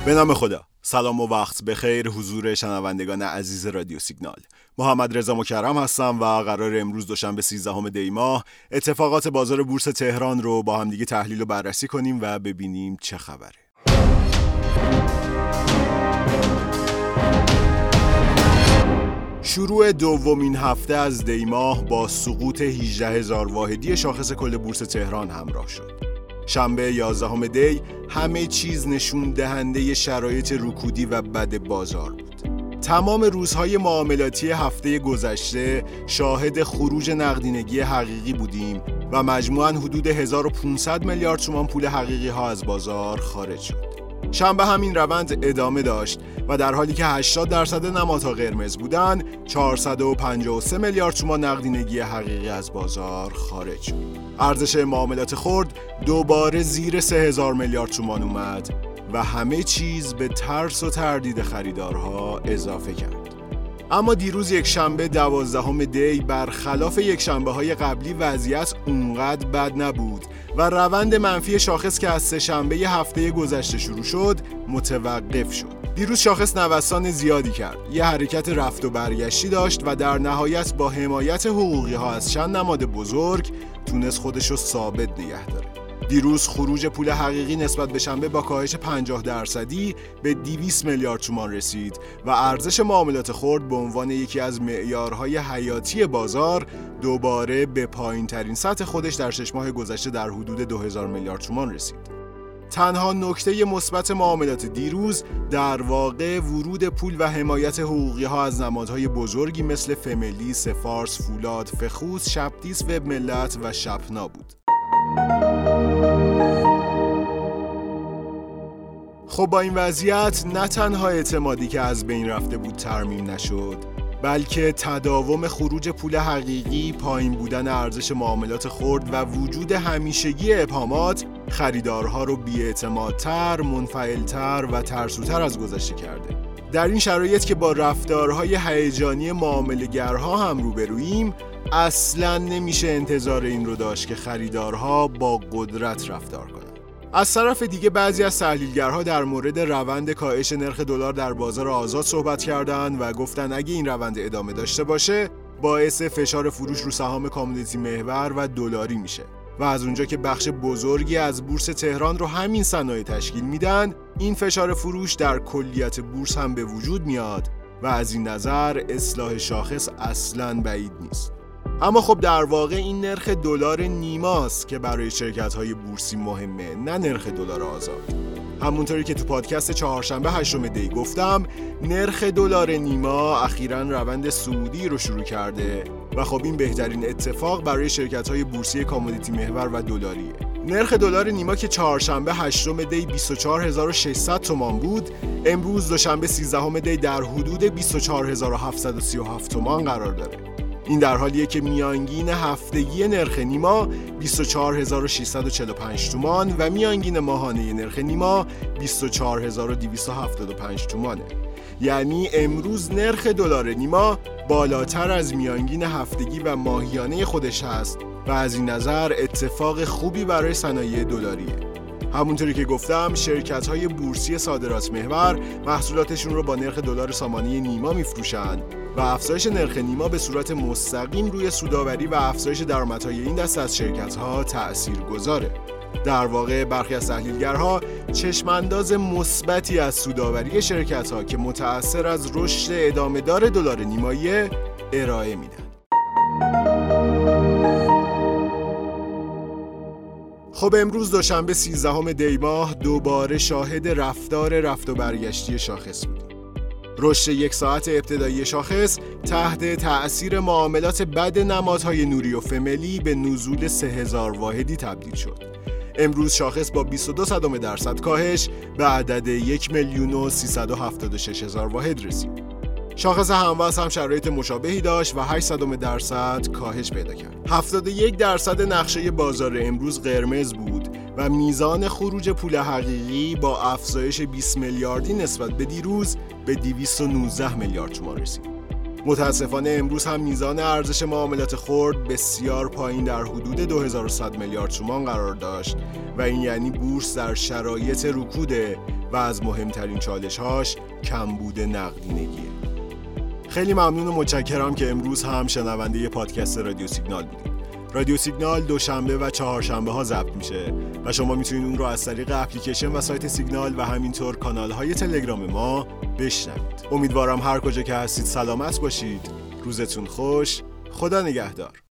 به نام خدا. سلام و وقت بخیر حضور شنوندگان عزیز رادیو سیگنال. محمد رضا مکرم هستم و قرار امروز دوشنبه 13 دی ماه اتفاقات بازار بورس تهران رو با هم دیگه تحلیل و بررسی کنیم و ببینیم چه خبره. شروع دومین هفته از دی ماه با سقوط 18,000 واحدی شاخص کل بورس تهران همراه شد. شنبه 11 دی همه چیز نشون دهنده شرایط رکودی و بد بازار بود. تمام روزهای معاملاتی هفته گذشته شاهد خروج نقدینگی حقیقی بودیم و مجموعاً حدود 1500 میلیارد تومان پول حقیقی ها از بازار خارج شد. شنبه همین روند ادامه داشت و در حالی که 80% نمادها قرمز بودن 453 میلیارد تومان نقدینگی حقیقی از بازار خارج شد. ارزش معاملات خرد دوباره زیر 3000 میلیارد تومان اومد و همه چیز به ترس و تردید خریدارها اضافه کرد. اما دیروز یک شنبه 12 دی برخلاف یک شنبه های قبلی وضعیت اونقدر بد نبود و روند منفی شاخص که از سه شنبه هفته گذشته شروع شد متوقف شد. دیروز شاخص نوسان زیادی کرد، یه حرکت رفت و برگشتی داشت و در نهایت با حمایت حقوقی ها از چند نماد بزرگ تونست خودشو ثابت نگه داره. دیروز خروج پول حقیقی نسبت به شنبه با کاهش 50% به 200 میلیارد تومان رسید و ارزش معاملات خرد به عنوان یکی از معیارهای حیاتی بازار دوباره به پایین‌ترین سطح خودش در 6 ماه گذشته در حدود 2000 میلیارد تومان رسید. تنها نکته مثبت معاملات دیروز در واقع ورود پول و حمایت حقوقی ها از نمادهای بزرگی مثل فملی، سفارس، فولاد، فخوس، شبدیس، وب ملت و شپنا بود. خب با این وضعیت نه تنها اعتمادی که از بین رفته بود ترمیم نشد، بلکه تداوم خروج پول حقیقی، پایین بودن ارزش معاملات خرد و وجود همیشگی ابهامات خریدارها رو بی‌اعتمادتر، منفعلتر و ترسوتر از گذشته کرده. در این شرایط که با رفتارهای هیجانی معامله‌گرها هم روبروییم، اصلاً نمیشه انتظار این رو داشت که خریدارها با قدرت رفتار کنند. از طرف دیگه بعضی از تحلیلگرها در مورد روند کاهش نرخ دلار در بازار آزاد صحبت کردند و گفتن اگه این روند ادامه داشته باشه باعث فشار فروش رو سهام کامودیتی محور و دلاری میشه و از اونجا که بخش بزرگی از بورس تهران رو همین صنایع تشکیل میدن، این فشار فروش در کلیت بورس هم به وجود میاد و از این نظر اصلاح شاخص اصلاً بعید نیست. اما خب در واقع این نرخ دلار نیماست که برای شرکت‌های بورسی مهمه، نه نرخ دلار آزاد. همونطوری که تو پادکست چهارشنبه 8 دی گفتم، نرخ دلار نیما اخیراً روند صعودی رو شروع کرده و خب این بهترین اتفاق برای شرکت‌های بورسی کامودیتی محور و دلاریه. نرخ دلار نیما که چهارشنبه 8 دی 24600 تومان بود، امروز دوشنبه 13 دی در حدود 24737 تومان قرار داره. این در حالیه که میانگین هفتگی نرخ نیما 24645 تومان و میانگین ماهانه نرخ نیما 24275 تومانه. یعنی امروز نرخ دلار نیما بالاتر از میانگین هفتگی و ماهیانه خودش هست و از این نظر اتفاق خوبی برای صنایع دلاریه. همونطوری که گفتم شرکت‌های بورسی صادرات محور محصولاتشون رو با نرخ دلار سامانه نیما میفروشن و افزایش نرخ نیما به صورت مستقیم روی سودآوری و افزایش درآمدهای این دسته از شرکت‌ها تأثیرگذاره. در واقع برخی از تحلیلگرها چشمانداز مثبتی از سودآوری شرکت‌ها که متأثر از رشد ادامه‌دار دلار نیمایی ارائه میدن. خب امروز دوشنبه 13 دی ماه دوباره شاهد رفت و برگشتی شاخص بودیم. رشد یک ساعت ابتدایی شاخص تحت تأثیر معاملات بد نمادهای نوری و فملی به نزول 3000 واحدی تبدیل شد. امروز شاخص با 22% کاهش به عدد 1,376,000 واحد رسید. شاخص هموز هم شرایط مشابهی داشت و 0.8% کاهش پیدا کرد. 71% نقشه بازار امروز قرمز بود و میزان خروج پول حقیقی با افزایش 20 میلیاردی نسبت به دیروز به 219 میلیارد تومان رسید. متاسفانه امروز هم میزان ارزش معاملات خرد بسیار پایین در حدود 2100 میلیارد تومان قرار داشت و این یعنی بورس در شرایط رکوده و از مهمترین چالش‌هاش کمبود نقدینگیه. خیلی ممنون و متشکرم که امروز هم شنونده ی پادکست رادیو سیگنال بودید. رادیو سیگنال دوشنبه و چهارشنبه ها ضبط میشه و شما میتونید اون رو از طریق اپلیکیشن و سایت سیگنال و همینطور کانال های تلگرام ما بشنوید. امیدوارم هر کجا که هستید سلامت باشید. روزتون خوش. خدا نگهدار.